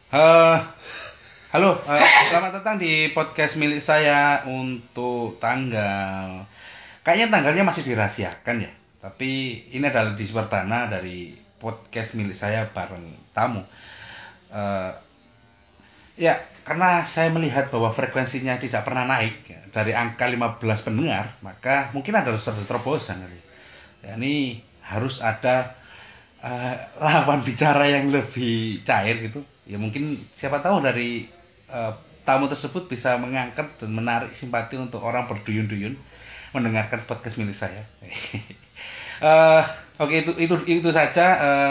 Eh, Halo, selamat datang di podcast milik saya untuk kayaknya tanggalnya masih dirahasiakan ya. Tapi ini adalah di Perdana dari podcast milik saya bareng tamu. Eh, Ya, karena saya melihat bahwa frekuensinya tidak pernah naik ya, dari angka 15 pendengar, maka mungkin ada terobosan kali. Ya, ini harus ada lawan bicara yang lebih cair gitu. Ya mungkin siapa tahu dari eh, tamu tersebut bisa mengangkat dan menarik simpati untuk orang berduyun-duyun mendengarkan podcast milik saya. Eh, oke, itu saja.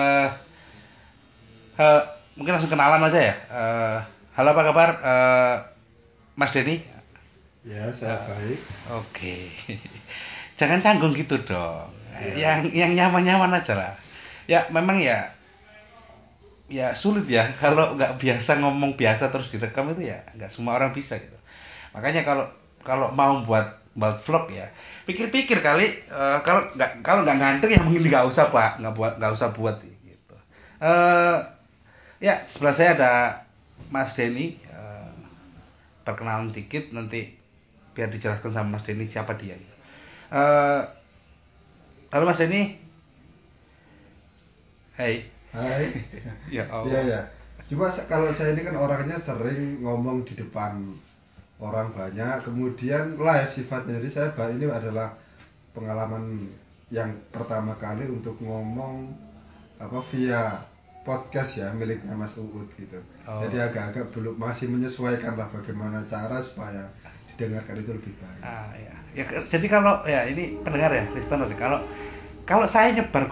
Eh, Mungkin langsung kenalan aja ya. Halo, apa kabar, Mas Denny? Ya, saya baik. Oke. Jangan canggung gitu dong. Ya, Yang nyaman-nyaman aja lah. Ya memang ya sulit ya kalau nggak biasa ngomong biasa terus direkam itu ya nggak semua orang bisa gitu. Makanya kalau kalau mau buat vlog ya pikir-pikir kali, kalau nggak ngantri ya mungkin nggak usah pak nggak usah buat sih gitu. eh Ya, sebelah saya ada Mas Denny. Perkenalan dikit nanti biar dijelaskan sama Mas Denny siapa dia gitu. eh Halo Mas Denny. Hai. hai. Ya Iya Allah. ya. Cuma kalau saya ini kan orangnya sering ngomong di depan orang banyak, kemudian live sifatnya. Jadi ini adalah pengalaman yang pertama kali untuk ngomong apa via podcast ya miliknya Mas Uut gitu. Jadi Oh. agak-agak belum masih menyesuaikan lah bagaimana cara supaya didengarkan itu lebih baik. Ya. Ya, jadi kalau ya ini pendengar ya, listener, kalau kalau saya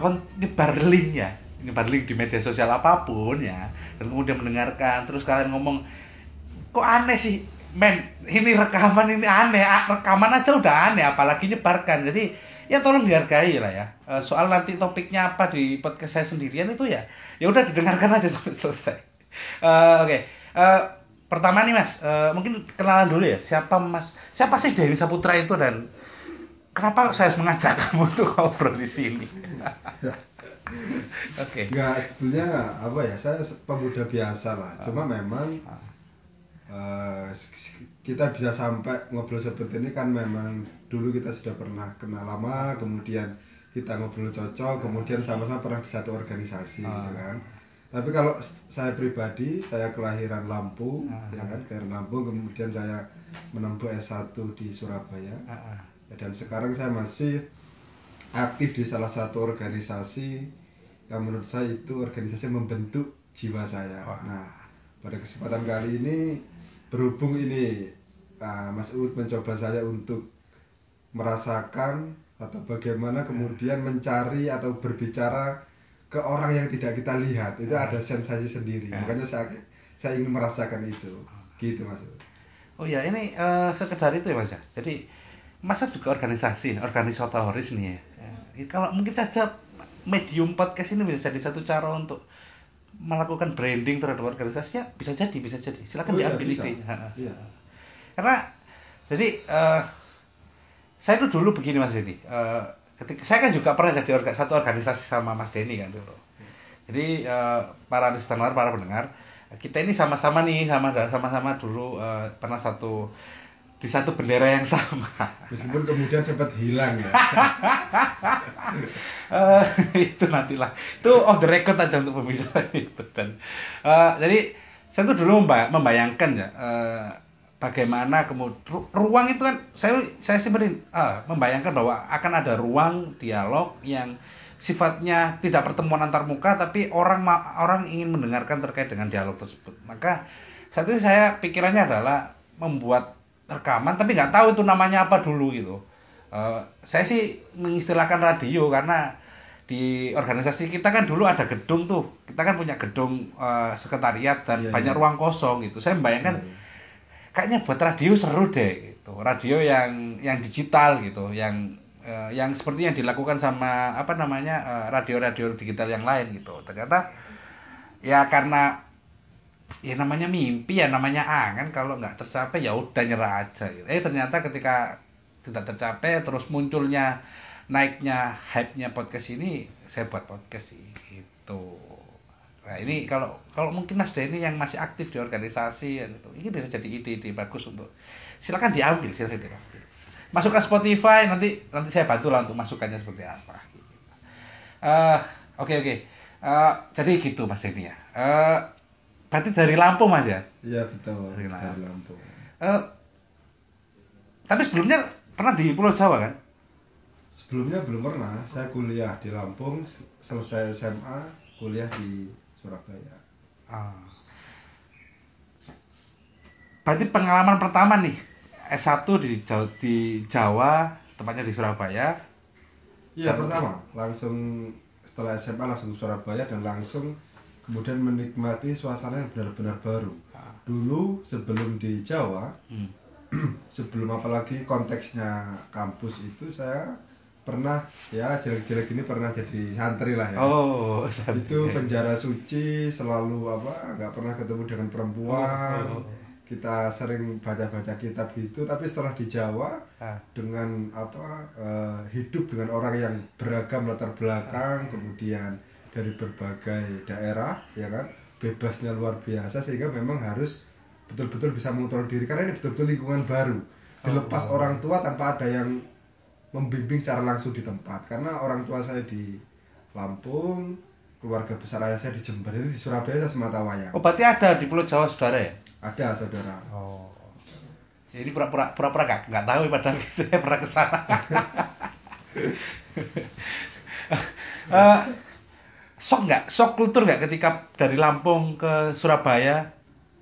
nyebar link di media sosial apapun ya, dan kemudian mendengarkan, terus kalian ngomong, kok aneh sih, men, ini rekaman ini aneh, rekaman aja udah aneh, apalagi nyebarkan. Jadi ya tolong dihargai lah ya. Soal nanti topiknya apa di podcast saya sendirian itu ya udah didengarkan aja sampai selesai. Oke. Eh, Pertama nih Mas, mungkin kenalan dulu ya. Siapa sih Denny Saputra itu dan kenapa saya harus mengajak kamu untuk ngobrol di sini? Oke. Nggak, sebetulnya apa ya, saya pemuda biasa lah. Cuma Ah, memang ah, eh, kita bisa sampai ngobrol seperti ini kan memang dulu kita sudah pernah kenal lama, kemudian kita ngobrol cocok, kemudian sama-sama pernah di satu organisasi gitu ah, kan. Tapi kalau saya pribadi, saya kelahiran Lampung, ya ah, kan, kelahiran Lampung, kemudian saya menempuh S1 di Surabaya. ah, ah. Ya, dan sekarang saya masih aktif di salah satu organisasi yang menurut saya itu organisasi membentuk jiwa saya. Wah. Nah, pada kesempatan kali ini berhubung ini Mas Uud mencoba saya untuk merasakan atau bagaimana kemudian mencari atau berbicara ke orang yang tidak kita lihat, itu ada sensasi sendiri. Ya. Makanya saya ingin merasakan itu, gitu Mas Uud. Oh ya, ini sekedar itu ya Mas ya. Jadi masa juga organisatoris nih ya. Kalau mungkin saja medium podcast ini bisa jadi satu cara untuk melakukan branding terhadap organisasinya, bisa jadi. Silakan Oh iya, diambil bisa. idenya. Iya. Karena jadi saya tuh dulu begini Mas Denny. Ketika saya kan juga pernah jadi satu organisasi sama Mas Denny kan dulu. Jadi para listener, para pendengar, kita ini sama-sama dulu pernah di satu bendera yang sama. Meskipun kemudian sempat hilang ya. Eh, itu nantilah. Itu off the record aja untuk pembicaraan itu dan jadi saya tuh dulu membayangkan ya, bagaimana kemudian ruang itu kan saya sebenarnya membayangkan bahwa akan ada ruang dialog yang sifatnya tidak pertemuan antar muka tapi orang ingin mendengarkan terkait dengan dialog tersebut. Maka saat itu saya pikirannya adalah membuat rekaman tapi nggak tahu itu namanya apa dulu gitu. Saya sih mengistilahkan radio karena di organisasi kita kan dulu ada gedung tuh. Kita kan punya gedung sekretariat dan Iya, banyak iya. ruang kosong gitu. Saya membayangkan Benar, ya. kayaknya buat radio seru deh gitu. Radio yang digital gitu, yang seperti yang dilakukan sama apa namanya radio-radio digital yang lain gitu. Ternyata ya karena ya namanya mimpi ya namanya angan, kalau nggak tercapai ya udah nyerah aja gitu. Ternyata ketika tidak tercapai terus munculnya naiknya hype-nya podcast ini, saya buat podcast sih gitu. Nah ini kalau mungkin Mas Denny yang masih aktif di organisasi gitu, ini bisa jadi ide-ide bagus untuk silakan diambil. Masukkan Spotify, nanti saya bantu lah untuk masukannya seperti apa. Oke. Jadi gitu Mas Denny ya. Berarti dari Lampung Mas ya? Iya betul, Dari dari Lampung. Tapi sebelumnya pernah di Pulau Jawa kan? Sebelumnya belum pernah, saya kuliah di Lampung, selesai SMA, kuliah di Surabaya. Berarti pengalaman pertama nih, S1 di Jawa, tepatnya di Surabaya. Iya pertama, langsung setelah SMA langsung ke Surabaya dan langsung kemudian menikmati suasana yang benar-benar baru. Dulu sebelum di Jawa, sebelum apalagi konteksnya kampus itu saya pernah ya jelek-jelek ini pernah jadi santri lah ya. Oh, santri. Itu penjara suci, selalu nggak pernah ketemu dengan perempuan. Kita sering baca-baca kitab gitu, tapi setelah di Jawa dengan hidup dengan orang yang beragam latar belakang, kemudian dari berbagai daerah, ya kan, bebasnya luar biasa sehingga memang harus betul-betul bisa mengontrol diri karena ini betul-betul lingkungan baru. Dilepas orang tua tanpa ada yang membimbing secara langsung di tempat, karena orang tua saya di Lampung, keluarga besar ayah saya di Jember, jadi di Surabaya saya sematawayang. Oh, berarti ada di Pulau Jawa saudara ya? Ada saudara. Oh. Ini pura-pura nggak tahu padahal saya pernah ke sana. Sok kultur nggak ketika dari Lampung ke Surabaya?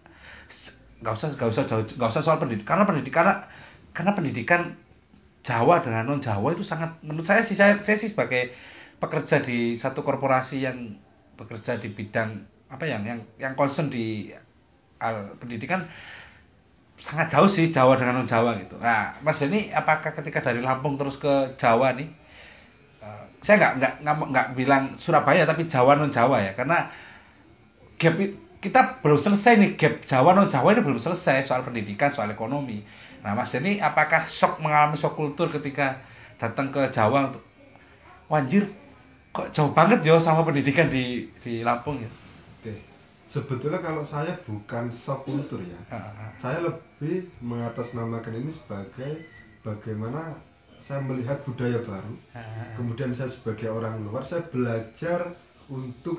Nggak usah soal pendidikan, karena pendidikan Jawa dengan non Jawa itu sangat, menurut saya sih sebagai pekerja di satu korporasi yang bekerja di bidang apa yang concern di pendidikan, sangat jauh sih Jawa dengan non Jawa gitu. Nah Mas Denny, apakah ketika dari Lampung terus ke Jawa nih, saya nggak bilang Surabaya tapi Jawa non Jawa ya, karena gap kita belum selesai nih, gap Jawa non Jawa ini belum selesai soal pendidikan, soal ekonomi. Nah Mas Denny, apakah mengalami shock kultur ketika datang ke Jawa untuk wanjir kok jauh banget ya sama pendidikan di Lampung ya? Oke. Sebetulnya kalau saya bukan shock kultur ya, saya lebih mengatasnamakan ini sebagai bagaimana saya melihat budaya baru. Kemudian saya sebagai orang luar, saya belajar untuk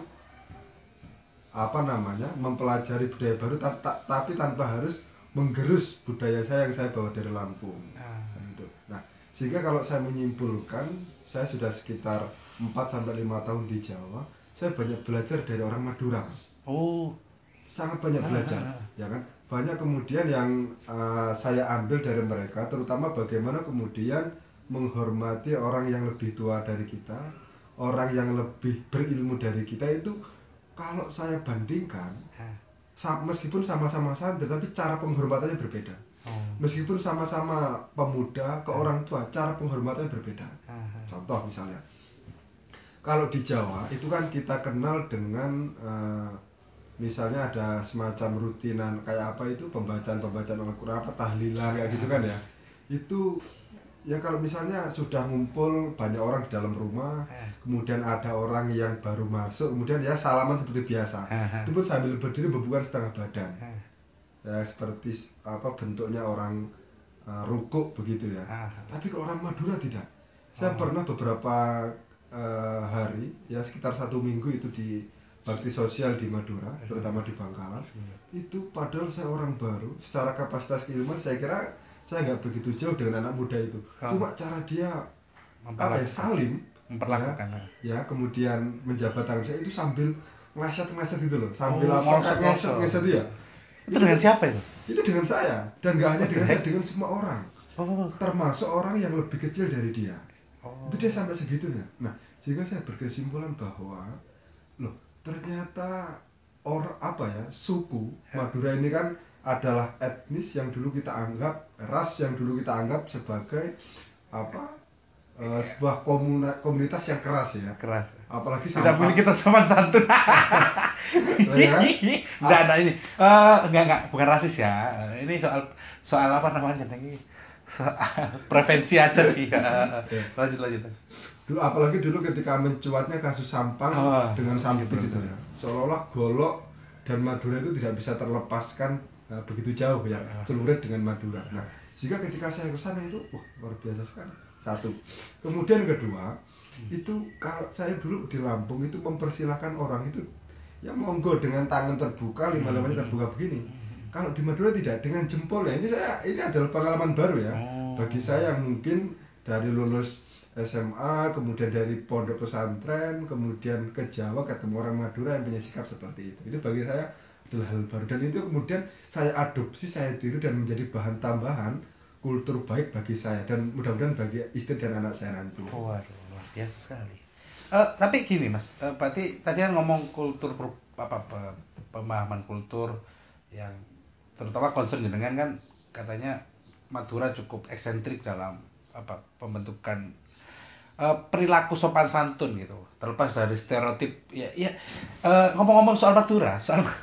mempelajari budaya baru, tapi tanpa harus menggerus budaya saya yang saya bawa dari Lampung. Gitu. Nah, sehingga kalau saya menyimpulkan, saya sudah sekitar 4-5 tahun di Jawa, saya banyak belajar dari orang Madura, Mas. Oh, sangat banyak belajar, ya kan? Banyak kemudian yang saya ambil dari mereka, terutama bagaimana kemudian menghormati orang yang lebih tua dari kita, orang yang lebih berilmu dari kita. Itu kalau saya bandingkan, meskipun sama-sama santri, tapi cara penghormatannya berbeda. Meskipun sama-sama pemuda, ke orang tua, cara penghormatannya berbeda. Contoh misalnya, kalau di Jawa itu kan kita kenal dengan misalnya ada semacam rutinan kayak apa itu, pembacaan Al-Quran, tahlilan kayak gitu kan ya. Itu ya kalau misalnya sudah ngumpul banyak orang di dalam rumah, kemudian ada orang yang baru masuk, kemudian ya salaman seperti biasa. Itu pun sambil berdiri membuka setengah badan. Ya seperti bentuknya orang rukuk begitu ya. Tapi kalau orang Madura tidak. Saya pernah beberapa hari, ya sekitar 1 minggu itu di bakti sosial di Madura, terutama di Bangkalan. Itu padahal saya orang baru, secara kapasitas keilmuan saya kira saya nggak begitu jauh dengan anak muda itu. Cuma cara dia salim, ya kemudian menjabat tangan saya itu sambil ngeset itu loh, sambil ngeset ya. Itu dengan siapa itu? Itu dengan saya, dan nggak hanya dengan saya, dengan semua orang, termasuk orang yang lebih kecil dari dia. Itu dia sampai segitunya. Nah, sehingga saya berkesimpulan bahwa ternyata suku Madura ini kan adalah etnis yang dulu kita anggap, ras yang dulu kita anggap sebagai sebuah komunitas yang keras ya. Keras. Apalagi tidak memiliki sopan santun. Enggak ini. Enggak, bukan rasis ya. Ini soal apa namanya ini? Soal prevensi aja sih. Lanjut. Dulu apalagi dulu ketika mencuatnya kasus Sampang dengan Sampit itu ya. Seolah-olah Golok dan Madura itu tidak bisa terlepaskan begitu jauh ya, Celurit dengan Madura. Nah, jika ketika saya ke sana itu wah luar biasa sekali. Satu. Kemudian kedua, itu kalau saya dulu di Lampung itu mempersilahkan orang itu ya monggo dengan tangan terbuka, lima-limanya terbuka begini. Kalau di Madura tidak, dengan jempol ya. Ini adalah pengalaman baru ya. Bagi saya yang mungkin dari lulus SMA, kemudian dari pondok pesantren, kemudian ke Jawa ketemu orang Madura yang punya sikap seperti itu. Itu bagi saya adalah hal baru dan itu kemudian saya adopsi, saya tiru dan menjadi bahan tambahan kultur baik bagi saya dan mudah-mudahan bagi istri dan anak saya nanti. Waduh, luar biasa sekali. Tapi gini Mas, berarti tadi kan ngomong kultur pemahaman kultur yang terutama concern jenengan kan katanya Madura cukup eksentrik dalam pembentukan perilaku sopan santun gitu, terlepas dari stereotip ya. Ngomong-ngomong soal Madura,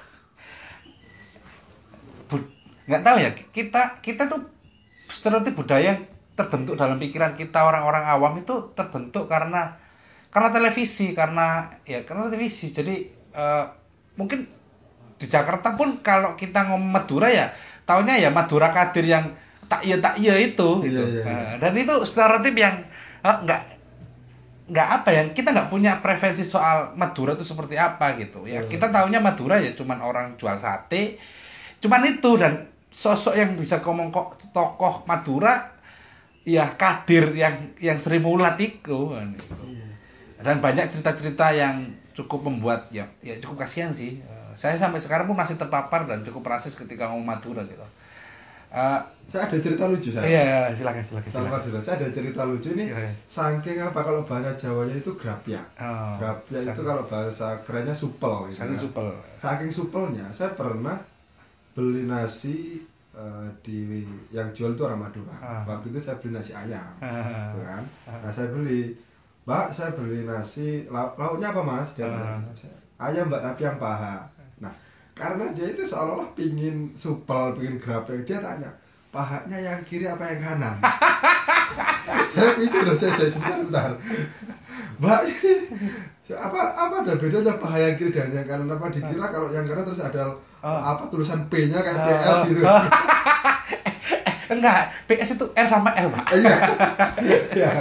nggak tahu ya, kita tuh stereotip budaya yang terbentuk dalam pikiran kita orang-orang awam itu terbentuk karena televisi, karena televisi. Jadi mungkin di Jakarta pun kalau kita ngomong Madura ya taunya ya Madura Kadir yang tak iya itu gitu. Iya. Dan itu stereotip yang nggak apa ya, kita nggak punya preferensi soal Madura itu seperti apa gitu ya. Kita taunya Madura ya cuman orang jual sate, cuman itu. Dan sosok yang bisa ngomong kok tokoh Madura ya Kadir yang Sri Mulat itu kan, gitu. Dan banyak cerita-cerita yang cukup membuat ya cukup kasihan sih. Saya sampai sekarang pun masih terpapar dan cukup rasis ketika ngomong Madura gitu. Saya ada cerita lucu saya. Iya, silakan. Sama Madura. Saya ada cerita lucu ini. Saking apa kalau bahasa Jawanya itu grapya. Grapya itu kalau bahasa kerennya supel. Saking supel. Saking supelnya, saya pernah beli nasi yang jual itu orang Madura. Waktu itu saya beli nasi ayam, gitu kan. Nah saya beli, Mbak, saya beli nasi lauknya apa Mas? Dia bilang gitu. Ayam Mbak, tapi yang paha. Nah karena dia itu seolah-olah pingin supel, pingin grapya, dia tanya, pahanya yang kiri apa yang kanan? Saya pikir, saya sebentar. Mbak, apa ada bedanya paha yang kiri dan yang kanan? Apa dikira kalau yang kanan terus ada tulisan P-nya kayak PS gitu? Enggak, PS itu R sama L, Pak. Iya.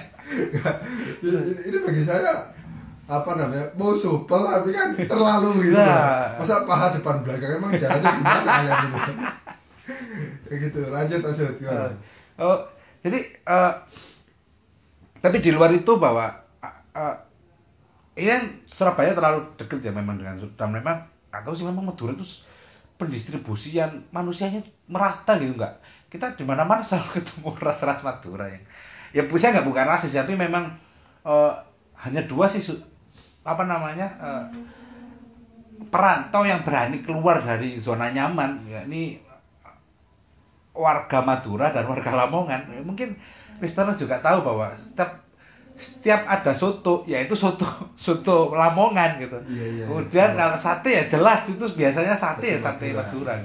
Ini bagi saya mau supel tapi kan terlalu gitu. Masa paha depan belakang emang jalannya gimana ayam gitu. Kayak gitu. Lanjut gimana? Jadi tapi di luar itu bahwa Surabaya terlalu dekat ya memang dengan dan memang atau sih memang Madura itu pendistribusian manusianya merata gitu enggak. Kita di mana-mana selalu ketemu ras-ras Madura yang ya saya nggak bukan rasis tapi memang hanya dua sih perantau yang berani keluar dari zona nyaman, yakni warga Madura dan warga Lamongan. Mungkin listener juga tahu bahwa setiap ada soto, yaitu soto Lamongan gitu. Iya, kemudian kalau sate ya jelas itu biasanya sate Madura.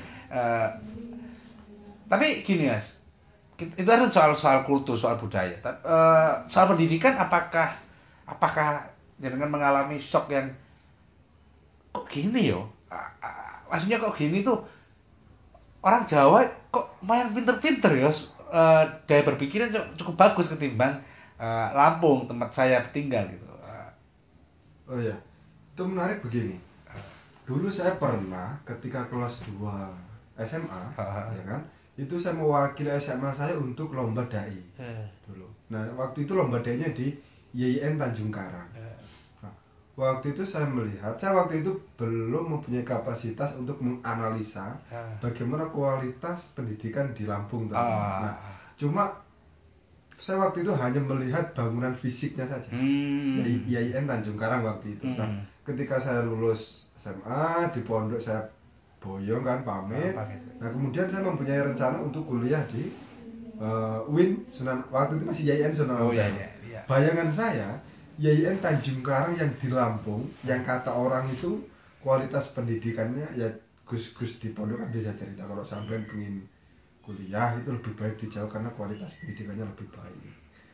Tapi gini Mas, itu kan soal kultur, soal budaya. Soal pendidikan apakah jangan mengalami shock yang kok gini yo? Maksudnya kok gini tuh orang Jawa kok main pinter-pinter ya, daya berpikirnya cukup bagus ketimbang Lampung tempat saya tinggal gitu. Oh ya, itu menarik begini. Dulu saya pernah ketika kelas 2 SMA, ya kan, itu saya mewakili SMA saya untuk lomba dai dulu. Nah waktu itu lomba dainya di YIN Tanjung Karang. Waktu itu saya melihat, saya waktu itu belum mempunyai kapasitas untuk menganalisa bagaimana kualitas pendidikan di Lampung tadi. Nah, cuma saya waktu itu hanya melihat bangunan fisiknya saja. YIN Tanjung Karang waktu itu. Nah, ketika saya lulus SMA di pondok saya boyong kan pamit. Nah, kemudian saya mempunyai rencana untuk kuliah di UIN Sunan. Waktu itu masih YIN Sunan Ampel. Bayangan saya YIN Tanjung Karang yang di Lampung, yang kata orang itu kualitas pendidikannya ya Gus di pondok kan bisa cerita kalau sampai pengen kuliah itu lebih baik di Jawa karena kualitas pendidikannya lebih baik.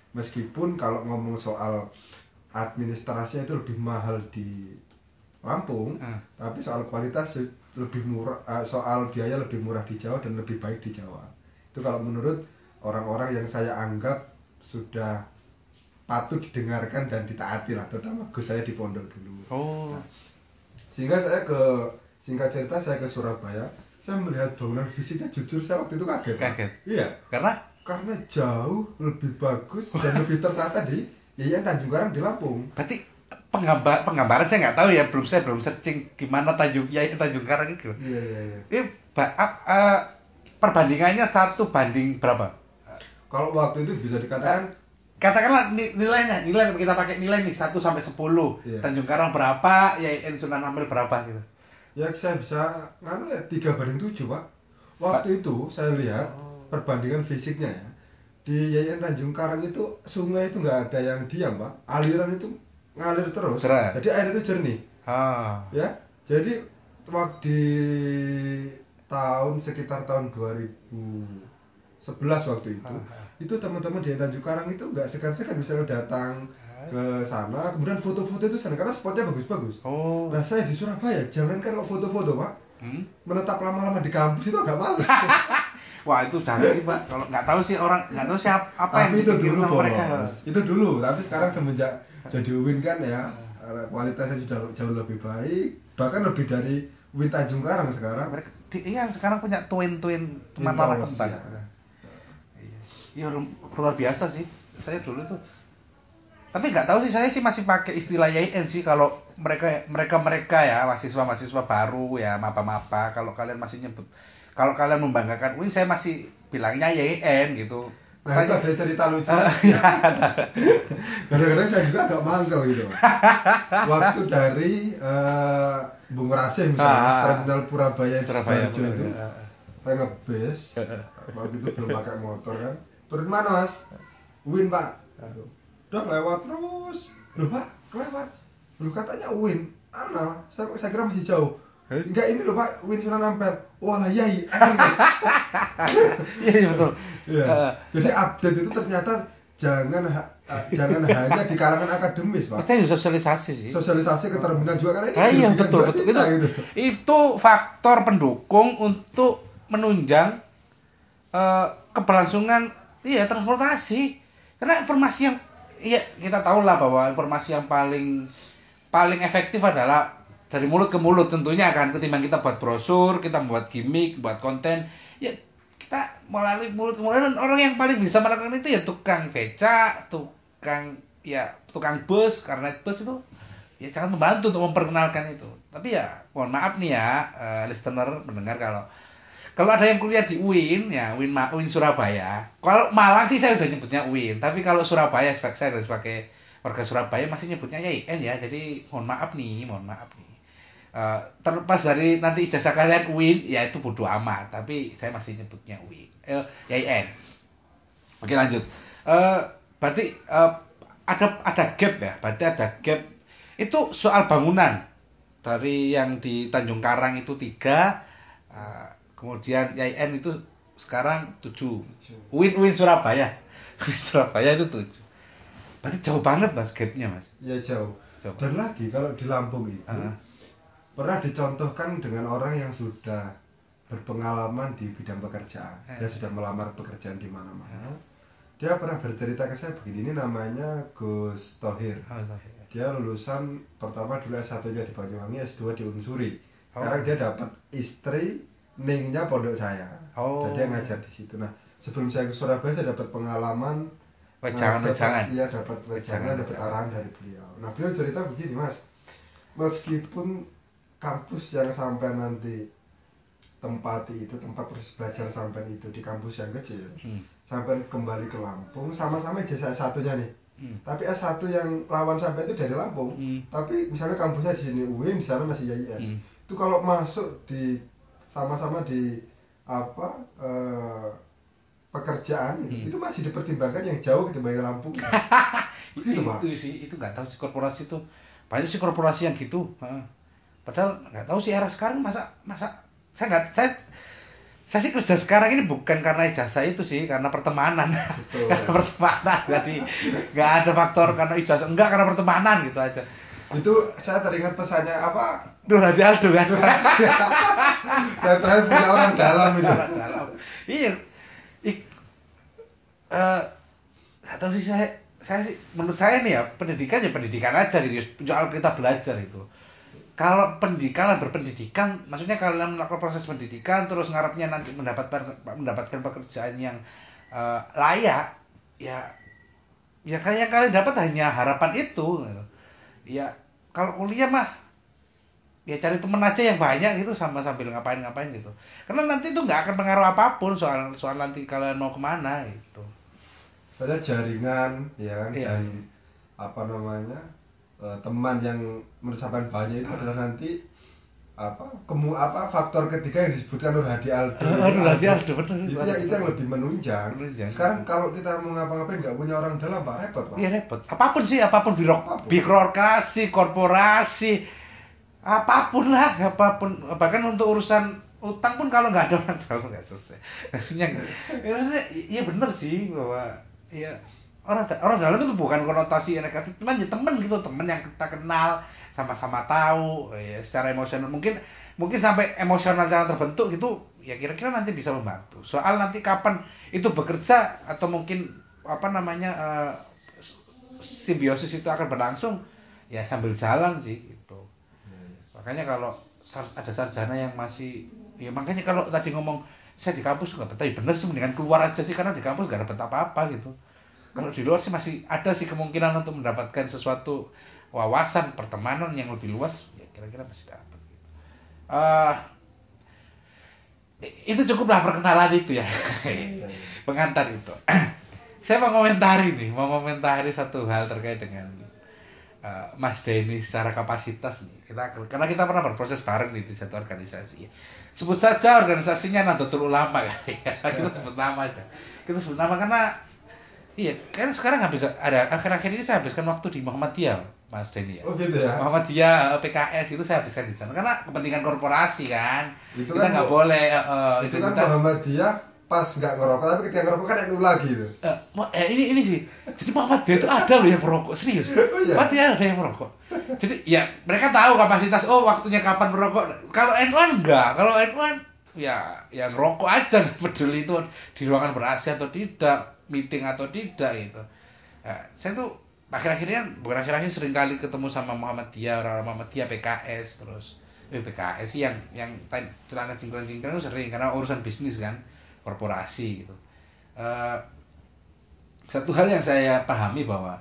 Meskipun kalau ngomong soal administrasinya itu lebih mahal di Lampung, tapi soal kualitas lebih murah, soal biaya lebih murah di Jawa dan lebih baik di Jawa. Itu kalau menurut orang-orang yang saya anggap sudah patut didengarkan dan ditaati lah, terutama Gus saya di pondok dulu. Nah, sehingga singkat cerita saya ke Surabaya, saya melihat bangunan fisiknya jujur saya waktu itu kaget. Iya. Karena jauh lebih bagus dan lebih tertata di YIN Tanjung Karang di Lampung. Berarti penggambaran saya nggak tahu ya, belum searching gimana YIN Tanjung Karang itu. Iya. Ini perbandingannya 1 banding berapa? Kalau waktu itu bisa dikatakan katakanlah nilai kita pakai nilai nih 1 sampai 10. Iya. Tanjung Karang berapa, YIN Sunan Ampel berapa gitu. Ya saya bisa 3/7, Pak. Waktu itu saya lihat perbandingan fisiknya ya. Di YIN Tanjung Karang itu sungai itu nggak ada yang diam, Pak. Aliran itu ngalir terus. Jadi air itu jernih. Ya. Jadi waktu sekitar tahun 2011 waktu itu teman-teman di Tanjung Karang itu nggak segan-segan misalnya datang ke sana, kemudian foto-foto itu sana karena spotnya bagus-bagus. Nah saya di Surabaya, jangankan kalau foto-foto Pak, menetap lama-lama di kampus itu agak males. Wah itu jangan sih Pak, kalau nggak tahu sih orang nggak tahu siapa apa yang itu dulu mereka. Itu dulu, tapi sekarang semenjak jadi UIN kan ya kualitasnya sudah jauh lebih baik, bahkan lebih dari UIN Tanjung Karang sekarang. Iya sekarang punya twin menara kembang. Iya luar biasa sih. Saya dulu tuh, tapi nggak tahu sih, saya sih masih pakai istilah YIN sih kalau mereka ya mahasiswa baru ya maba-maba. Kalau kalian masih nyebut, kalau kalian membanggakan UIN, saya masih bilangnya YIN gitu. Nah itu ada cerita lucu. Kadang-kadang saya juga agak mangkel gitu. Waktu dari Bung Rasih misalnya, terminal Purabaya Sidoarjo itu, saya ngebis. Waktu itu belum pakai motor kan. Turun mana Mas? UIN Pak. Udah lewat terus. Loh Pak, kelewat. Loh katanya UIN. Saya kira masih jauh. Enggak, ini loh Pak, UIN Sunan Ampel. Wah YIN. Iya betul. Ya. Jadi update itu ternyata jangan hanya di kalangan akademis Pak. Pasti sosialisasi sih. Sosialisasi ke terminal juga karena ini iya betul. Itu faktor pendukung untuk menunjang keberlangsungan transportasi. Karena informasi yang kita tahu lah bahwa informasi yang paling efektif adalah dari mulut ke mulut tentunya kan, ketimbang kita buat brosur, kita buat gimmick, buat konten. Ya kita melalui mulut ke mulut, dan orang yang paling bisa melakukan itu ya tukang beca, tukang bus, karena bus itu ya sangat membantu untuk memperkenalkan itu. Tapi ya mohon maaf nih ya listener mendengar, kalau ada yang kuliah di UIN ya UIN Surabaya. Kalau Malang sih saya udah nyebutnya UIN, tapi kalau Surabaya saya sebagai warga Surabaya masih nyebutnya YIN ya. Jadi mohon maaf nih. Terlepas dari nanti ijazah kalian UIN ya itu bodo amat, tapi saya masih nyebutnya YIN. Oke lanjut. Berarti ada gap ya. Berarti ada gap. Itu soal bangunan. Dari yang di Tanjung Karang itu 3, kemudian YIN itu sekarang 7. UIN Surabaya. Surabaya itu 7. Berarti jauh banget Mas gapnya Mas. Ya jauh. Dan lagi kalau di Lampung itu pernah dicontohkan dengan orang yang sudah berpengalaman di bidang pekerjaan. Dia sudah melamar pekerjaan di mana-mana. Dia pernah bercerita ke saya begini, ini namanya Gus Thohir. Dia lulusan pertama dulu S1-nya di Banyuwangi, S2 di Unsuri. Sekarang dia dapat istri ningnya pondok saya. Dan dia ngajar di situ. Nah, sebelum saya ke Surabaya saya dapat pengalaman wejangan. Iya, dapat wejangan, dapat arahan dari beliau. Nah, beliau cerita begini, Mas. Meskipun kampus yang sampai nanti tempati itu, tempat proses belajar sampai itu di kampus yang kecil, sampai kembali ke Lampung, sama-sama ijazah S1-nya nih. Tapi S1 yang lawan sampai itu dari Lampung. Tapi misalnya kampusnya di sini UIN, di sana masih YIN. Itu kalau masuk di sama-sama di pekerjaan itu masih dipertimbangkan yang jauh ketimbang Lampung. Gitu, Pak. Itu sih, itu nggak tahu sih korporasi itu. Banyak sih korporasi yang gitu. Padahal nggak tahu sih era sekarang masa saya Saya sih kerja sekarang ini bukan karena ijazah itu sih, karena pertemanan. Betul. Karena pertemanan. Jadi nggak ada faktor karena ijazah, enggak, karena pertemanan gitu aja. Itu saya teringat pesannya apa? Nur Hadi Aldo kan. Yang terakhir punya orang dalam itu. Orang dalam. Iya. Nggak tahu sih saya sih, menurut saya nih ya, pendidikan ya pendidikan aja gitu. Soal kita belajar itu. Kalau pendidikan, berpendidikan, maksudnya kalian melakukan proses pendidikan terus ngarepnya nanti mendapatkan pekerjaan yang layak, ya kayak yang kalian dapat hanya harapan itu. Gitu. Ya kalau kuliah mah ya cari temen aja yang banyak gitu, sama sambil ngapain-ngapain gitu. Karena nanti itu nggak akan pengaruh apapun soal nanti kalian mau kemana gitu. Ada jaringan ya kan, Iya, dan iya. apa namanya, teman yang mencapai banyak itu adalah nanti faktor ketiga yang disebutkan Nur Hadi Aldo Aduh, Hadi Aldo, bener. itu yang lebih menunjang. Sekarang kalau kita mau ngapa-ngapain nggak punya orang dalam Pak, repot Pak. Iya repot. Apapun sih, apapun birokrasi, korporasi, apapun lah, apapun. Bahkan untuk urusan utang pun kalau nggak ada orang dalam nggak selesai. Maksudnya, iya bener sih bahwa ya orang dalam itu bukan konotasi yang negatif, cuman ya temen gitu, temen yang kita kenal, sama-sama tahu, ya secara emosional mungkin sampai emosional jangan terbentuk gitu, ya kira-kira nanti bisa membantu. Soal nanti kapan itu bekerja atau mungkin apa namanya simbiosis itu akan berlangsung, ya sambil jalan sih gitu. Makanya kalau ada sarjana yang masih, ya makanya kalau tadi ngomong saya di kampus nggak betah, ya bener sih, mendingan keluar aja sih, karena di kampus nggak dapet apa-apa gitu. Kalau di luar sih masih ada sih kemungkinan untuk mendapatkan sesuatu wawasan pertemanan yang lebih luas, ya kira-kira masih dapat. Uh, itu cukuplah perkenalan itu ya, pengantar itu. Saya mau komentari satu hal terkait dengan Mas Denny secara kapasitas nih. Karena kita pernah berproses bareng nih di satu organisasi. Sebut saja organisasinya Nahdlatul Ulama ya. Kita sebut nama aja. Kita sebut nama karena iya, kan sekarang akhir-akhir ini saya habiskan waktu di Muhammadiyah, Mas Denny ya. Oh gitu ya. Muhammadiyah PKS itu saya habiskan di sana karena kepentingan korporasi kan. Itu Kita kan nggak boleh itu kan Muhammadiyah pas nggak ngerokok, tapi ketika ngerokok kan NU lagi itu. Ini sih. Jadi Muhammadiyah itu ada loh yang merokok, serius. Oh, iya? Muhammadiyah ada yang merokok. Jadi ya mereka tahu kapasitas, waktunya kapan merokok. Kalau NU enggak, kalau NU ya ngerokok aja, nggak peduli itu di ruangan ber-AC atau tidak, meeting atau tidak gitu. Saya tuh akhir-akhir sering kali ketemu sama Muhammadiyah, orang-orang Muhammadiyah, PKS terus PKS sih yang celana cingkrang-cingkrang itu sering karena urusan bisnis kan, korporasi gitu. Satu hal yang saya pahami bahwa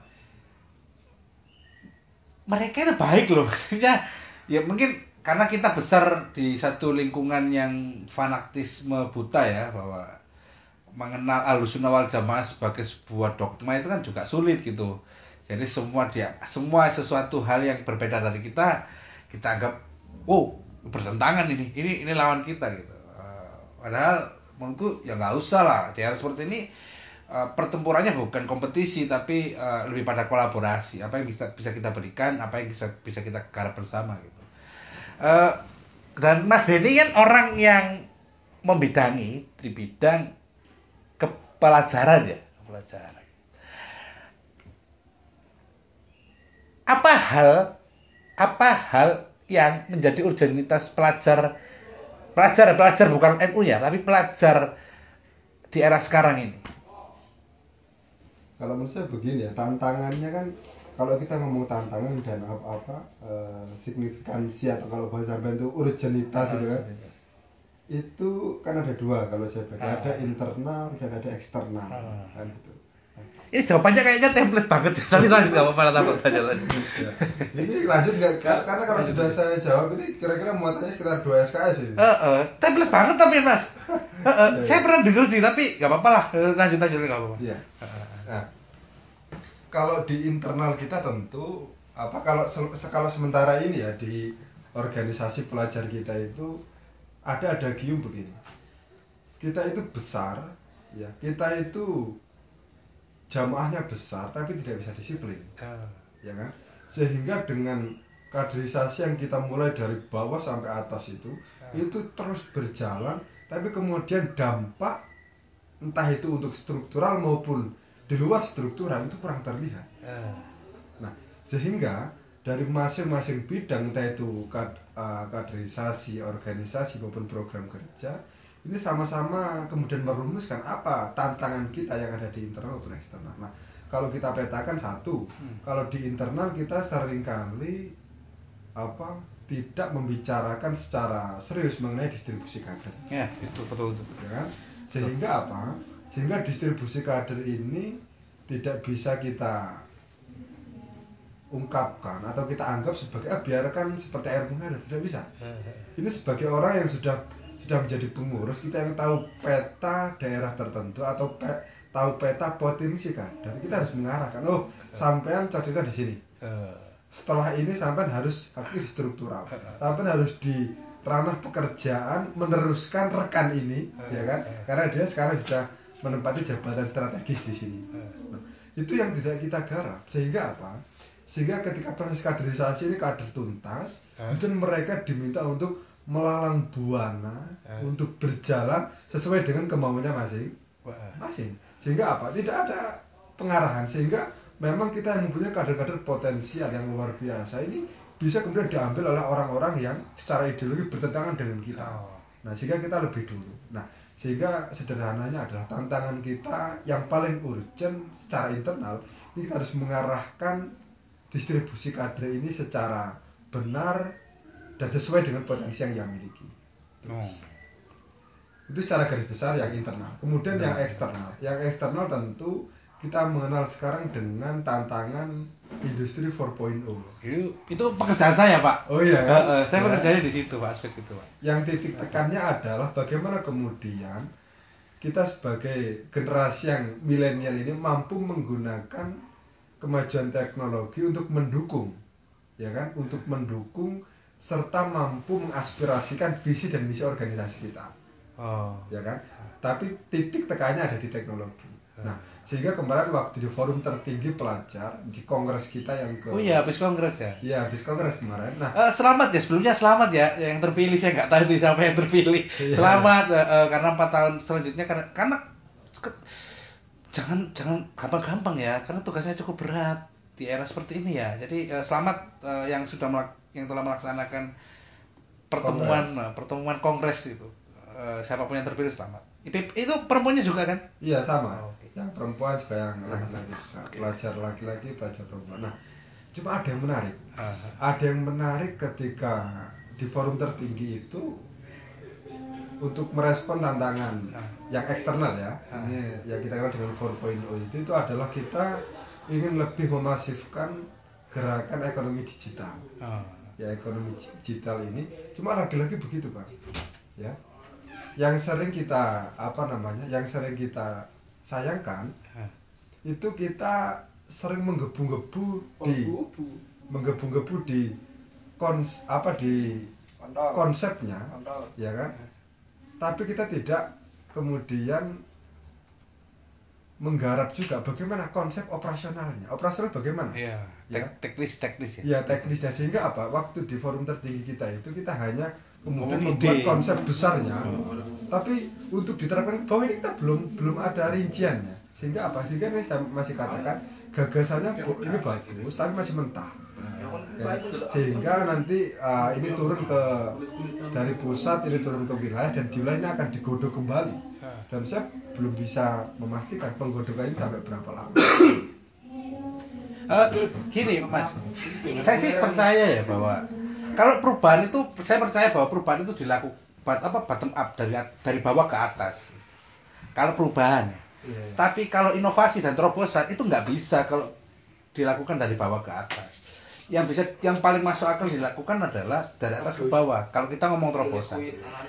mereka itu baik loh, maksudnya ya mungkin karena kita besar di satu lingkungan yang fanatisme buta ya, bahwa mengenal Ahlussunnah wal Jamaah sebagai sebuah dogma itu kan juga sulit gitu. Jadi semua sesuatu hal yang berbeda dari kita anggap bertentangan ini lawan kita gitu. Padahal menurutku ya nggak usah lah. Di hal seperti ini pertempurannya bukan kompetisi tapi lebih pada kolaborasi. Apa yang bisa kita berikan, apa yang bisa kita garap bersama gitu. Dan Mas Denny kan orang yang membidangi di bidang pelajaran ya, pelajaran. Apa hal yang menjadi urgenitas pelajar bukan MU ya, tapi pelajar di era sekarang ini? Kalau menurut saya begini ya, tantangannya kan, kalau kita ngomong tantangan dan signifikansi, atau kalau bahasa sampai itu urgenitas gitu kan, itu kan ada dua kalau saya bagi, ada internal dan ada eksternal kan gitu. Ini jawabannya kayaknya template banget, tapi lanjut nggak apa-apa, tanya lagi. Ya. Ini lanjut nggak? Karena kalau sudah saya jawab ini kira-kira muatannya sekitar 2 SKS ini. Template banget tapi Mas. Saya pernah dengar sih, tapi nggak apa-apa lah, lanjut nggak apa-apa. Iya. Nah, kalau di internal kita tentu kalau sementara ini ya di organisasi pelajar kita itu ada adagium begini. Kita itu besar, ya. Kita itu jamaahnya besar tapi tidak bisa disiplin. Ya kan? Sehingga dengan kaderisasi yang kita mulai dari bawah sampai atas itu terus berjalan, tapi kemudian dampak entah itu untuk struktural maupun di luar struktural itu kurang terlihat. Nah, sehingga dari masing-masing bidang entah itu kaderisasi, organisasi maupun program kerja ini sama-sama kemudian merumuskan apa tantangan kita yang ada di internal maupun eksternal. Nah, kalau kita petakan satu, kalau di internal kita seringkali tidak membicarakan secara serius mengenai distribusi kader. Ya, itu betul. Ya kan? Sehingga distribusi kader ini tidak bisa kita ungkapkan atau kita anggap sebagai biarkan seperti air mengalir, tidak bisa. Ini sebagai orang yang sudah menjadi pengurus, kita yang tahu peta daerah tertentu atau tahu peta potensi kader, kita harus mengarahkan, sampean cocoknya di sini. Setelah ini sampean harus aktif struktural. Sampean harus di ranah pekerjaan meneruskan rekan ini, ya kan? Karena dia sekarang sudah menempati jabatan strategis di sini. Nah, itu yang tidak kita garap. Sehingga apa? Sehingga ketika proses kaderisasi ini kader tuntas, kemudian mereka diminta untuk melalang buana, untuk berjalan sesuai dengan kemauannya masing-masing. Sehingga apa? Tidak ada pengarahan. Sehingga memang kita yang mempunyai kader-kader potensial yang luar biasa ini bisa kemudian diambil oleh orang-orang yang secara ideologi bertentangan dengan kita. Nah, sehingga kita lebih dulu. Nah, sehingga sederhananya adalah tantangan kita yang paling urgent secara internal, ini kita harus mengarahkan distribusi kader ini secara benar dan sesuai dengan potensi yang dia miliki. Itu secara garis besar yang internal. Kemudian yang eksternal. Yang eksternal tentu kita mengenal sekarang dengan tantangan industri 4.0. Itu pekerjaan saya, Pak. Oh iya kan? Saya bekerjanya di situ, Pak, aspek itu, Pak. Yang titik tekannya adalah bagaimana kemudian kita sebagai generasi yang milenial ini mampu menggunakan kemajuan teknologi untuk mendukung, ya kan? Untuk mendukung serta mampu mengaspirasikan visi dan misi organisasi kita. Ya kan? Tapi titik tekannya ada di teknologi. Nah, sehingga kemarin waktu di forum tertinggi pelajar di kongres kita yang ke... Oh iya, habis kongres ya? Iya, habis kongres kemarin. Nah, selamat ya, sebelumnya selamat ya yang terpilih. Saya nggak tahu itu siapa yang terpilih. Iya. Selamat karena 4 tahun selanjutnya karena jangan gampang-gampang ya, karena tugasnya cukup berat di era seperti ini ya. Jadi selamat yang telah melaksanakan pertemuan kongres itu. Siapapun yang terpilih selamat. Itu perempuannya juga kan? Iya, sama. Yang perempuan juga yang laki-laki juga. Pelajar laki-laki, pelajar perempuan. Nah, cuma ada yang menarik. Ada yang menarik ketika di forum tertinggi itu untuk merespon tantangan yang eksternal ya. Ini yang kita kenal dengan 4.0 itu adalah kita ingin lebih memasifkan gerakan ekonomi digital. Ya, ekonomi digital ini cuma lagi-lagi begitu, Pak. Ya. Yang sering kita sayangkan itu kita sering menggebu-gebu di konsepnya, ya kan? Tapi kita tidak kemudian menggarap juga bagaimana konsep operasionalnya. Operasional bagaimana? Iya, teknis ya. Iya, teknisnya. Sehingga apa? Waktu di forum tertinggi kita itu kita hanya kemudian membuat konsep besarnya, tapi untuk diterapkan ke bawah ini kita belum ada rinciannya. Sehingga apa? Sehingga ini saya masih katakan gagasannya ini bagus, tapi masih mentah. Ya. Sehingga nanti ini turun dari pusat, ini turun ke wilayah, dan di wilayah ini akan digodok kembali. Dan saya belum bisa memastikan penggodokan ini sampai berapa lama. Gini Mas, saya sih percaya ya bahwa kalau perubahan itu, saya percaya bahwa perubahan itu dilakukan bottom up, dari bawah ke atas. Kalau perubahan, tapi kalau inovasi dan terobosan itu nggak bisa kalau dilakukan dari bawah ke atas. Yang paling masuk akal dilakukan adalah dari atas ke bawah. Kalau kita ngomong terobosan,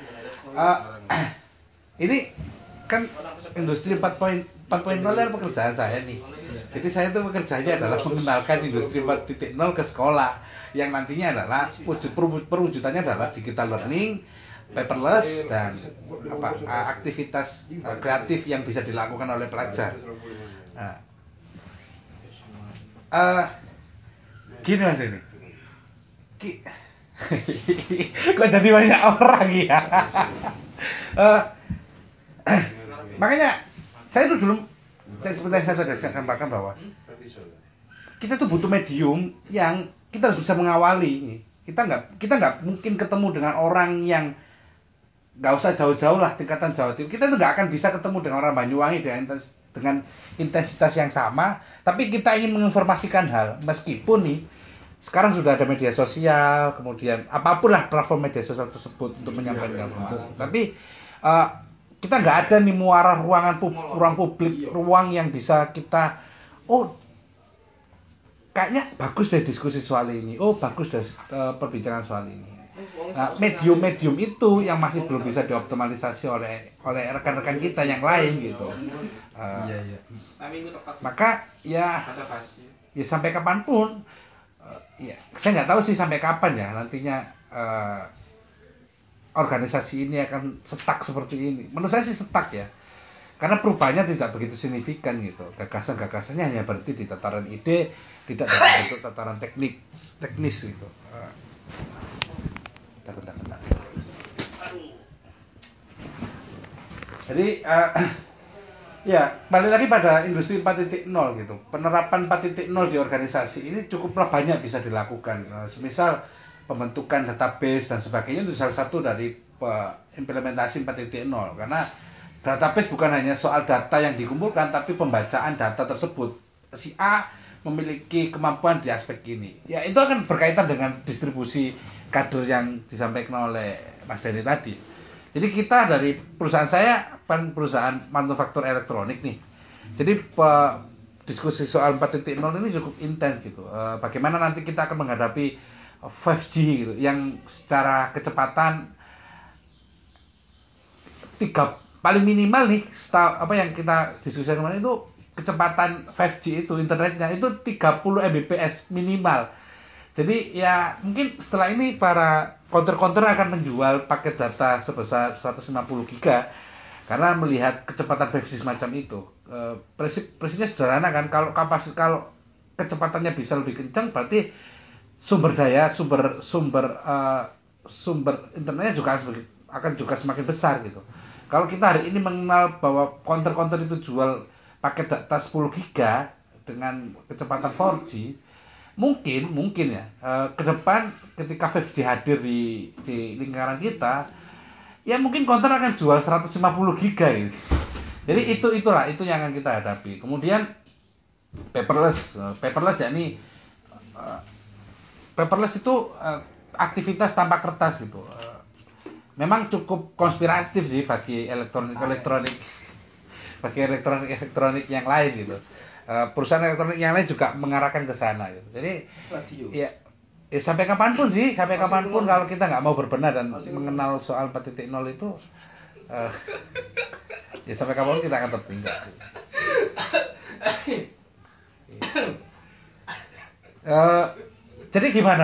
ini kan industri 4.0 adalah pekerjaan saya nih. Jadi saya itu pekerjaannya adalah mengenalkan industri 4.0 ke sekolah, yang nantinya adalah perwujudannya adalah digital learning, paperless, dan aktivitas kreatif yang bisa dilakukan oleh pelajar. Gini Mas, ini Kok jadi banyak orang ya? Makanya saya itu dulu seperti yang saya sudah katakan bahwa kita tuh butuh medium yang kita harus bisa mengawali. Kita nggak mungkin ketemu dengan orang yang nggak usah jauh-jauh lah tingkatan Jawa Timur. Kita tuh nggak akan bisa ketemu dengan orang Banyuwangi dengan intensitas yang sama. Tapi kita ingin menginformasikan hal meskipun nih sekarang sudah ada media sosial, kemudian apapun lah platform media sosial tersebut untuk menyampaikan informasi. Tapi kita nggak ada nih muara ruang publik, ruang yang bisa kita, kayaknya bagus deh diskusi soal ini, bagus deh perbincangan soal ini. Medium-medium itu yang masih belum bisa dioptimalisasi oleh rekan-rekan kita yang lain gitu. Maka ya sampai kapanpun. Ya, saya nggak tahu sih sampai kapan ya nantinya organisasi ini akan stuck seperti ini. Menurut saya sih stuck ya, karena perubahannya tidak begitu signifikan gitu. Gagasan-gagasannya hanya berhenti di tataran ide, tidak dalam bentuk tataran teknis gitu. Bentar. Jadi ya, balik lagi pada industri 4.0 gitu. Penerapan 4.0 di organisasi ini cukuplah banyak bisa dilakukan. Semisal pembentukan database dan sebagainya itu salah satu dari implementasi 4.0. Karena database bukan hanya soal data yang dikumpulkan, tapi pembacaan data tersebut. Si A memiliki kemampuan di aspek ini. Ya, itu akan berkaitan dengan distribusi kader yang disampaikan oleh Mas Denny tadi. Jadi kita dari perusahaan saya kan perusahaan manufaktur elektronik nih. Jadi diskusi soal 4.0 ini cukup intens gitu. Bagaimana nanti kita akan menghadapi 5G gitu, yang secara kecepatan paling minimal nih, apa yang kita diskusikan kemarin itu kecepatan 5G itu internetnya itu 30 Mbps minimal. Jadi ya mungkin setelah ini para counter akan menjual paket data sebesar 150 giga karena melihat kecepatan 5G semacam itu. Prinsipnya sederhana kan, kalau kecepatannya bisa lebih kencang berarti sumber internetnya juga akan semakin besar gitu. Kalau kita hari ini mengenal bahwa counter itu jual paket data 10 giga dengan kecepatan 4G, mungkin ya ke depan ketika 5G hadir di lingkaran kita, ya mungkin counter akan jual 150 giga gitu. Jadi itu yang akan kita hadapi. Kemudian paperless yakni paperless itu aktivitas tanpa kertas gitu. Memang cukup konspiratif sih bagi elektronik yang lain gitu. Perusahaan elektronik yang lain juga mengarahkan ke sana gitu. Jadi ya sampai kapanpun kalau kita nggak mau berbenah dan mengenal soal 4.0 itu ya sampai kapanpun kita akan tertinggal. Jadi gimana?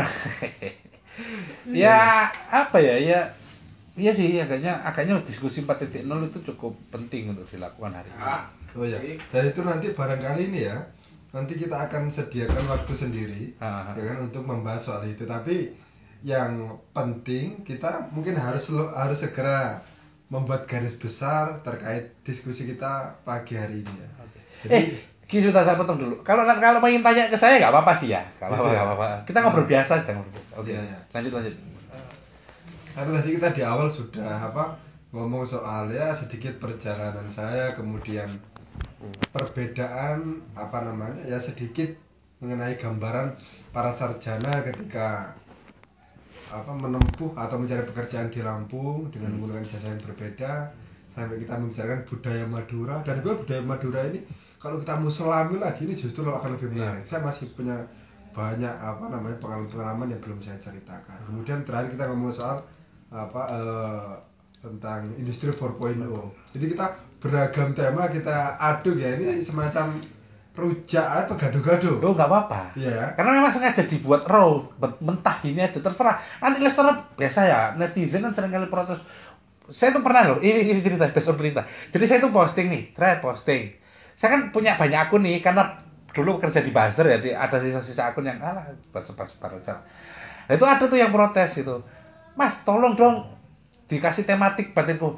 Ya apa ya? Iya sih, agaknya diskusi 4.0 itu cukup penting untuk dilakukan hari ini. Oh ya, dan itu nanti barangkali ini ya, nanti kita akan sediakan waktu sendiri, ya kan, untuk membahas soal itu. Tapi yang penting kita mungkin harus segera membuat garis besar terkait diskusi kita pagi hari ini ya. Jadi, sudah saya potong dulu. Kalau ingin tanya ke saya nggak apa-apa sih ya, nggak apa-apa. Kita ngobrol biasa aja. Oke. Lanjut. Karena tadi kita di awal sudah ngomong soal ya sedikit perjalanan saya, kemudian perbedaan ya sedikit mengenai gambaran para sarjana ketika menempuh atau mencari pekerjaan di Lampung dengan menggunakan jasa yang berbeda, sampai kita membicarakan budaya Madura. Dan budaya Madura ini kalau kita mau selami lagi ini justru akan lebih menarik. Saya masih punya banyak pengalaman yang belum saya ceritakan. Kemudian terakhir kita ngomong soal tentang industri 4.0. Jadi kita beragam tema kita aduk ya, ini semacam rujak gado-gado. Oh nggak apa-apa. Iya. Karena memang sengaja dibuat raw, mentah ini aja terserah. Nanti listener biasa ya, netizen kan sering kali protes. Saya tuh pernah loh, ini cerita besok berita. Jadi saya tuh posting. Saya kan punya banyak akun nih, karena dulu kerja di buzzer ya, ada sisa-sisa akun yang buat sebar-sebar aja. Nah, itu ada tuh yang protes gitu. Mas, tolong dong dikasih tematik batinku.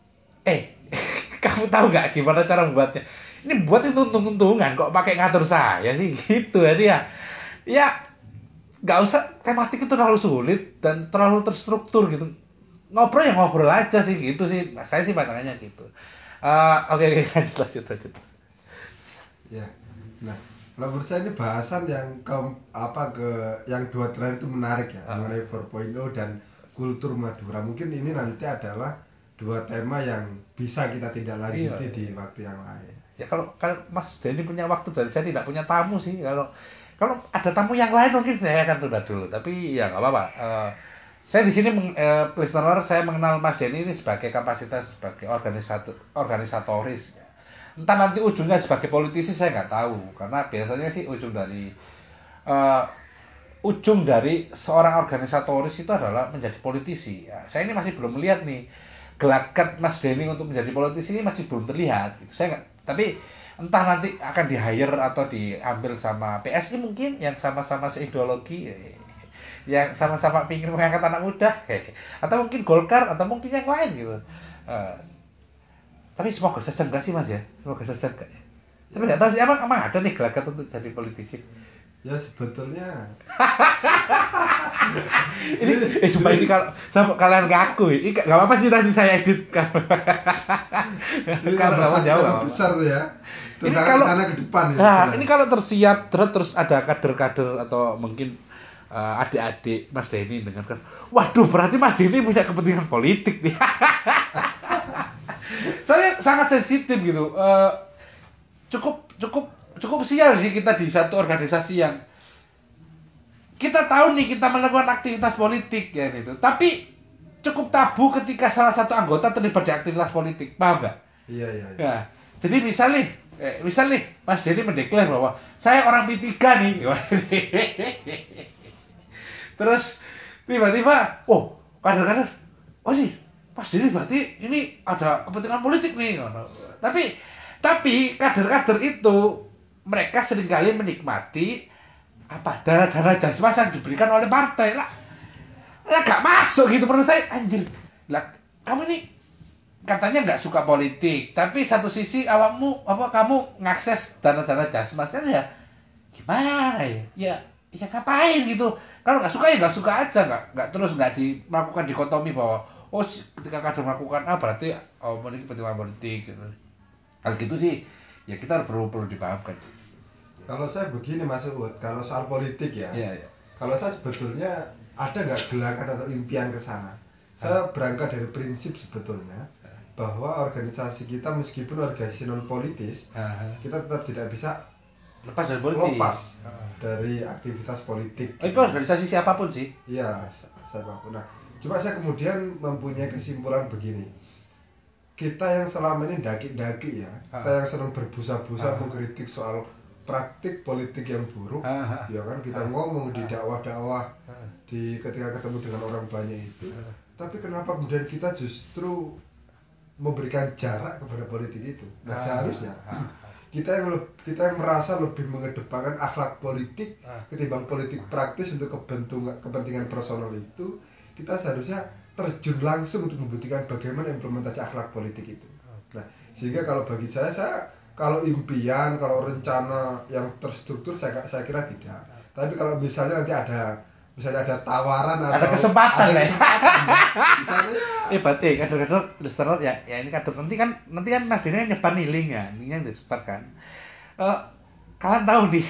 Kamu tahu nggak gimana cara membuatnya? Ini buat itu untung-untungan kok pakai ngatur saya sih gitu ya dia. Ya nggak usah, tematik itu terlalu sulit dan terlalu terstruktur gitu. Ngobrol ya ngobrol aja sih gitu sih. Saya sih pandangannya gitu. Oke, lanjut. Ya. Nah, kalau menurut saya ini bahasan yang yang dua terakhir itu menarik ya, mengenai 4.0 dan kultur Madura. Mungkin ini nanti adalah dua tema yang bisa kita tindak lanjuti di waktu yang lain. Ya kalau Mas Denny punya waktu dan saya tidak punya tamu sih. Kalau ada tamu yang lain mungkin saya akan tunda dulu. Tapi ya nggak apa-apa. Saya di sini listener, saya mengenal Mas Denny ini sebagai kapasitas sebagai organisatoris. Entah nanti ujungnya sebagai politisi saya nggak tahu, karena biasanya sih ujung dari seorang organisatoris itu adalah menjadi politisi. Ya, saya ini masih belum melihat nih gelagat Mas Denny untuk menjadi politisi ini masih belum terlihat. Gitu. Saya nggak, tapi entah nanti akan di hire atau diambil sama PSI mungkin yang sama-sama seideologi, yang sama-sama ingin mengangkat anak muda, atau mungkin Golkar atau mungkin yang lain gitu. Tapi semoga saja enggak sih Mas ya, semoga saja enggak ya. Tapi nggak tahu sih, emang ada nih gelagat untuk jadi politisi. Ya sebetulnya ini supaya ini kalau sama kalian ngaku ini nggak apa-apa sih nanti saya edit kan. Kalau nggak mau jawab besar tuh ya. Ini kalau sana ke depan ya. Nah, ini kalau tersiar terus ada kader-kader atau mungkin adik-adik Mas Denny dengarkan. Waduh, berarti Mas Denny punya kepentingan politik nih. Saya sangat sensitif gitu. Cukup sial sih kita di satu organisasi yang kita tahu nih kita melakukan aktivitas politik ya gitu. Tapi cukup tabu ketika salah satu anggota terlibat di aktivitas politik, paham nggak? Iya. Ya, jadi misal nih Mas Denny mendeklar bahwa saya orang P3 nih. Terus tiba-tiba, kader-kader, nih Mas Denny berarti ini ada kepentingan politik nih. Tapi kader-kader itu mereka seringkali menikmati dana jasmas yang diberikan oleh partai lah gak masuk gitu menurut saya. Anjir lah, kamu ini katanya nggak suka politik, tapi satu sisi kamu ngakses dana jasmas kan ya gimana ya ngapain gitu. Kalau nggak suka ya nggak suka aja, nggak terus melakukan dikotomi bahwa ketika kader melakukan berarti memiliki kepentingan politik gitu. Hal gitu sih ya kita perlu dipahamkan. Kalau saya begini Mas Uud, kalau soal politik ya, kalau saya sebetulnya ada nggak gelagat atau impian ke sana. Saya berangkat dari prinsip sebetulnya bahwa organisasi kita meskipun organisasi non politis, kita tetap tidak bisa lepas dari aktivitas politik. Itu organisasi siapapun sih. Iya, siapapun. Nah, coba saya kemudian mempunyai kesimpulan begini. Kita yang selama ini daki-daki ya, kita yang senang berbusa-busa mengkritik soal praktik politik yang buruk, ya kan kita ngomong di dakwah-dakwah, di ketika ketemu dengan orang banyak itu. Tapi kenapa kemudian kita justru memberikan jarak kepada politik itu? Nah, seharusnya kita yang merasa lebih mengedepankan akhlak politik ketimbang politik praktis untuk kepentingan personal itu, kita seharusnya terjun langsung untuk membuktikan bagaimana implementasi akhlak politik itu. Nah, sehingga kalau bagi saya kalau impian, kalau rencana yang terstruktur saya kira tidak. Tapi kalau misalnya nanti ada tawaran atau ada kesempatan ya. Misalnya kader-kader listener ya ini kader nanti kan Mas Denny nyebar nih link ya, linknya disebar kan. Kalian tahu nih.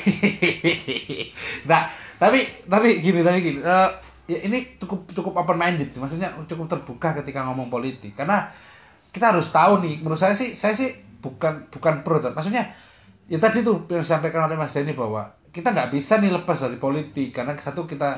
Nah, tapi gini. Ya ini cukup open minded, maksudnya cukup terbuka ketika ngomong politik, karena kita harus tahu nih, menurut saya sih bukan pro, maksudnya ya tadi tuh yang disampaikan oleh Mas Denny bahwa kita nggak bisa nih lepas dari politik, karena satu kita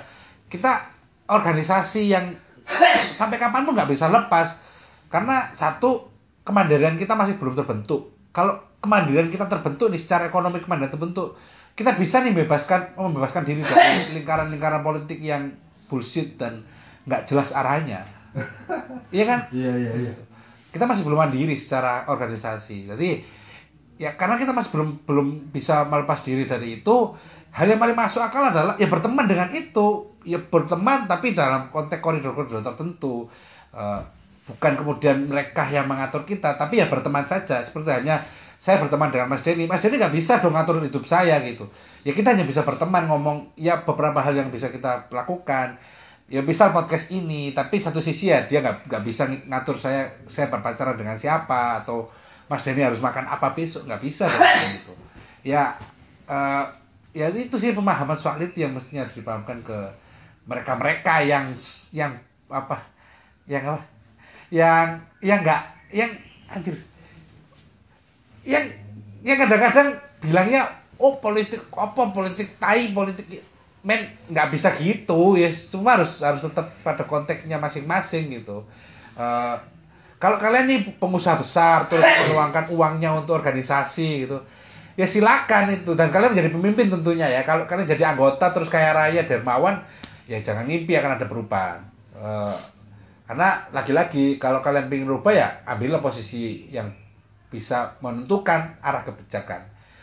organisasi yang sampai kapan pun nggak bisa lepas, karena satu kemandirian kita masih belum terbentuk. Kalau kemandirian kita terbentuk nih, secara ekonomi kemandirian terbentuk, kita bisa nih membebaskan diri dari lingkaran politik yang bullshit dan nggak jelas arahnya. Iya kan? Iya. Kita masih belum mandiri secara organisasi. Jadi ya karena kita masih belum bisa melepas diri dari itu. Hal yang paling masuk akal adalah ya berteman dengan itu, ya berteman tapi dalam konteks koridor-koridor tertentu. Bukan kemudian mereka yang mengatur kita, tapi ya berteman saja. Seperti hanya saya berteman dengan Mas Denny nggak bisa dong ngatur hidup saya gitu. Ya kita hanya bisa berteman, ngomong ya beberapa hal yang bisa kita lakukan. Ya misal podcast ini, tapi satu sisi ya dia nggak bisa ngatur saya berpacaran dengan siapa, atau Mas Denny harus makan apa besok, nggak bisa dong gitu. Ya ya itu sih pemahaman soal itu yang mestinya harus dipahamkan ke mereka yang apa yang apa yang nggak yang anjir yang kadang-kadang bilangnya politik tai politik men, nggak bisa gitu ya, cuma harus tetap pada konteksnya masing-masing gitu. Kalau kalian nih pengusaha besar terus meluangkan uangnya untuk organisasi gitu, ya silakan itu, dan kalian menjadi pemimpin tentunya ya. Kalau kalian jadi anggota terus kaya raya dermawan, ya jangan mimpi akan ada perubahan. Karena lagi-lagi kalau kalian ingin berubah ya ambillah posisi yang bisa menentukan arah kebijakan.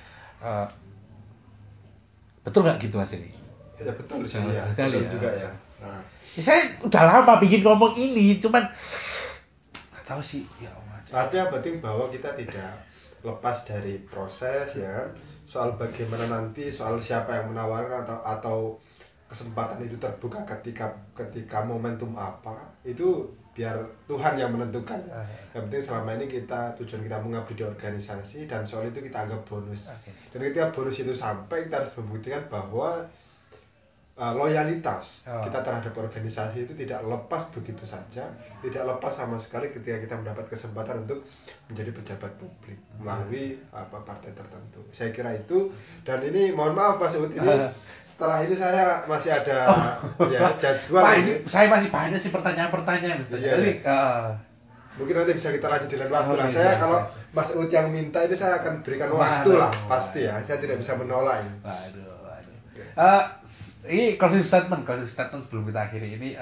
Betul nggak gitu Mas ini? Ya betul sih ya, betul juga ya. Nah, ya saya udah lama bikin ngomong ini, cuman nggak tahu sih ya. Tapi yang penting bahwa kita tidak lepas dari proses ya, soal bagaimana nanti, soal siapa yang menawarkan atau kesempatan itu terbuka ketika momentum apa, itu biar Tuhan yang menentukan. Yang penting selama ini tujuan kita mengabdi di organisasi, dan soal itu kita anggap bonus. Dan ketika bonus itu sampai, kita harus membuktikan bahwa loyalitas kita terhadap organisasi itu tidak lepas begitu saja, tidak lepas sama sekali ketika kita mendapat kesempatan untuk menjadi pejabat publik melalui partai tertentu. Saya kira itu. Dan ini mohon maaf Mas Ud, ini setelah ini saya masih ada ya jadwal. Wah, ini saya masih banyak sih pertanyaan-pertanyaan. Jadi mungkin nanti bisa kita lanjut di lain waktu lah. Saya kalau Mas Ud yang minta ini saya akan berikan waktu lah, pasti ya. Saya tidak bisa menolak ini. Ini closing statement sebelum kita akhiri ini,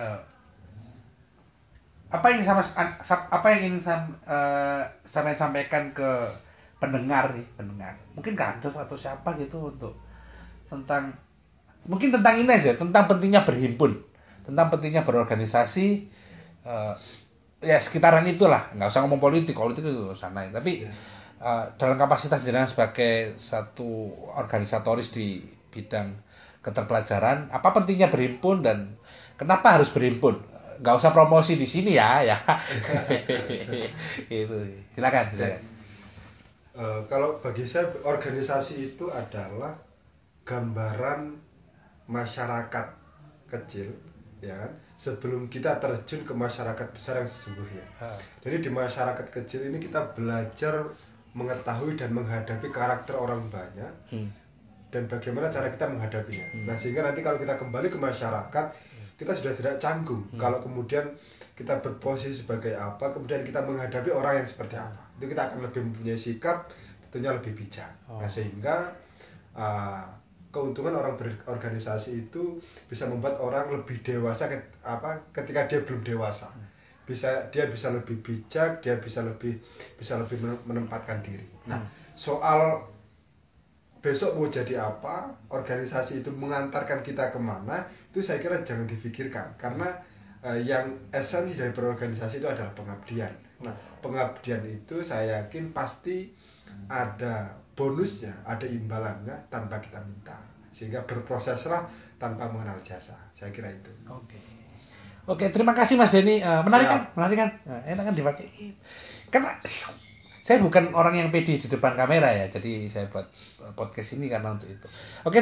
apa yang ingin sampai sampaikan ke pendengar mungkin kantor atau siapa gitu, untuk tentang ini aja, tentang pentingnya berhimpun, tentang pentingnya berorganisasi, ya sekitaran itulah, nggak usah ngomong politik itu sana, tapi dalam kapasitas jenengan sebagai satu organisatoris di bidang keterpelajaran, apa pentingnya berhimpun dan kenapa harus berhimpun? Nggak usah promosi di sini ya. Itu silakan. Kalau bagi saya organisasi itu adalah gambaran masyarakat kecil, ya kan, sebelum kita terjun ke masyarakat besar yang sesungguhnya. Jadi di masyarakat kecil ini kita belajar mengetahui dan menghadapi karakter orang banyak, dan bagaimana cara kita menghadapinya. Nah, sehingga nanti kalau kita kembali ke masyarakat, kita sudah tidak canggung kalau kemudian kita berposisi sebagai apa, kemudian kita menghadapi orang yang seperti apa. Itu kita akan lebih mempunyai sikap tentunya lebih bijak. Nah, sehingga keuntungan orang berorganisasi itu bisa membuat orang lebih dewasa ketika dia belum dewasa. Dia bisa lebih bijak, dia bisa lebih menempatkan diri. Nah, soal besok mau jadi apa, organisasi itu mengantarkan kita kemana, itu saya kira jangan difikirkan, karena yang esensi dari berorganisasi itu adalah pengabdian. Nah, pengabdian itu saya yakin pasti ada bonusnya, ada imbalannya tanpa kita minta, sehingga berproseslah tanpa mengenal jasa. Saya kira itu. Oke, terima kasih Mas Denny. Menarik kan? Enak kan dipakai. Karena saya bukan orang yang pede di depan kamera ya, jadi saya buat podcast ini karena untuk itu. Oke,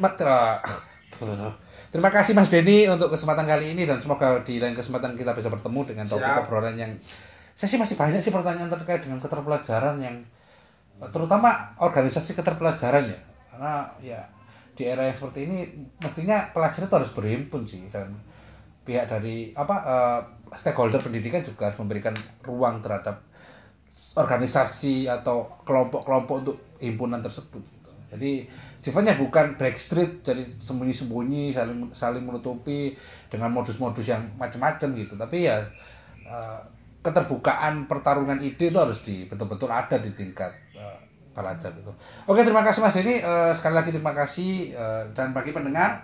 terima kasih Mas Denny untuk kesempatan kali ini, dan semoga di lain kesempatan kita bisa bertemu dengan topik obrolan yang saya sih masih banyak sih pertanyaan terkait dengan keterpelajaran, yang terutama organisasi keterpelajaran ya, karena ya di era yang seperti ini mestinya pelajar itu harus berhimpun sih, dan pihak dari stakeholder pendidikan juga harus memberikan ruang terhadap organisasi atau kelompok-kelompok untuk himpunan tersebut. Jadi sifatnya bukan backstreet, jadi sembunyi-sembunyi saling menutupi dengan modus-modus yang macam-macam gitu. Tapi ya keterbukaan pertarungan ide itu harus betul-betul ada di tingkat Kalacak itu. Oke, terima kasih Mas Denny. Sekali lagi terima kasih dan bagi pendengar,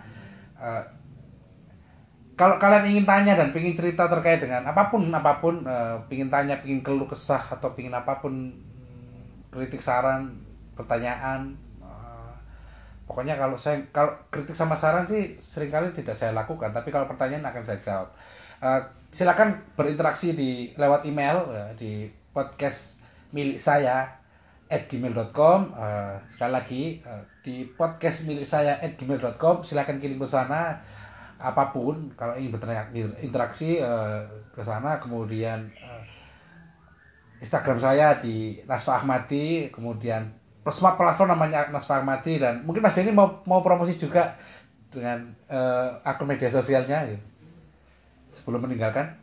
kalau kalian ingin tanya dan ingin cerita terkait dengan apapun, ingin tanya, ingin keluh kesah atau ingin apapun, kritik, saran, pertanyaan, pokoknya kalau kritik sama saran sih seringkali tidak saya lakukan, tapi kalau pertanyaan akan saya jawab. Silakan berinteraksi lewat email di podcast milik saya @gmail.com. Sekali lagi di podcast milik saya @gmail.com. Silakan kirim ke sana apapun kalau ingin berinteraksi ke sana. Kemudian Instagram saya di Nasfa Ahmadi, kemudian semua platform namanya Nasfa Ahmadi, dan mungkin Mas Denny mau promosi juga dengan akun media sosialnya gitu, sebelum meninggalkan.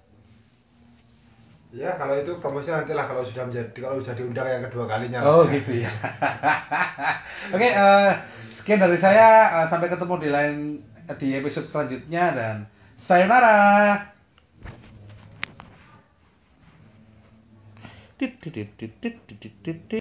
Ya, kalau itu promosi nantilah kalau sudah diundang yang kedua kalinya lah. Oh gitu ya. Oke, sekian dari saya. Sampai ketemu di episode selanjutnya dan sayonara.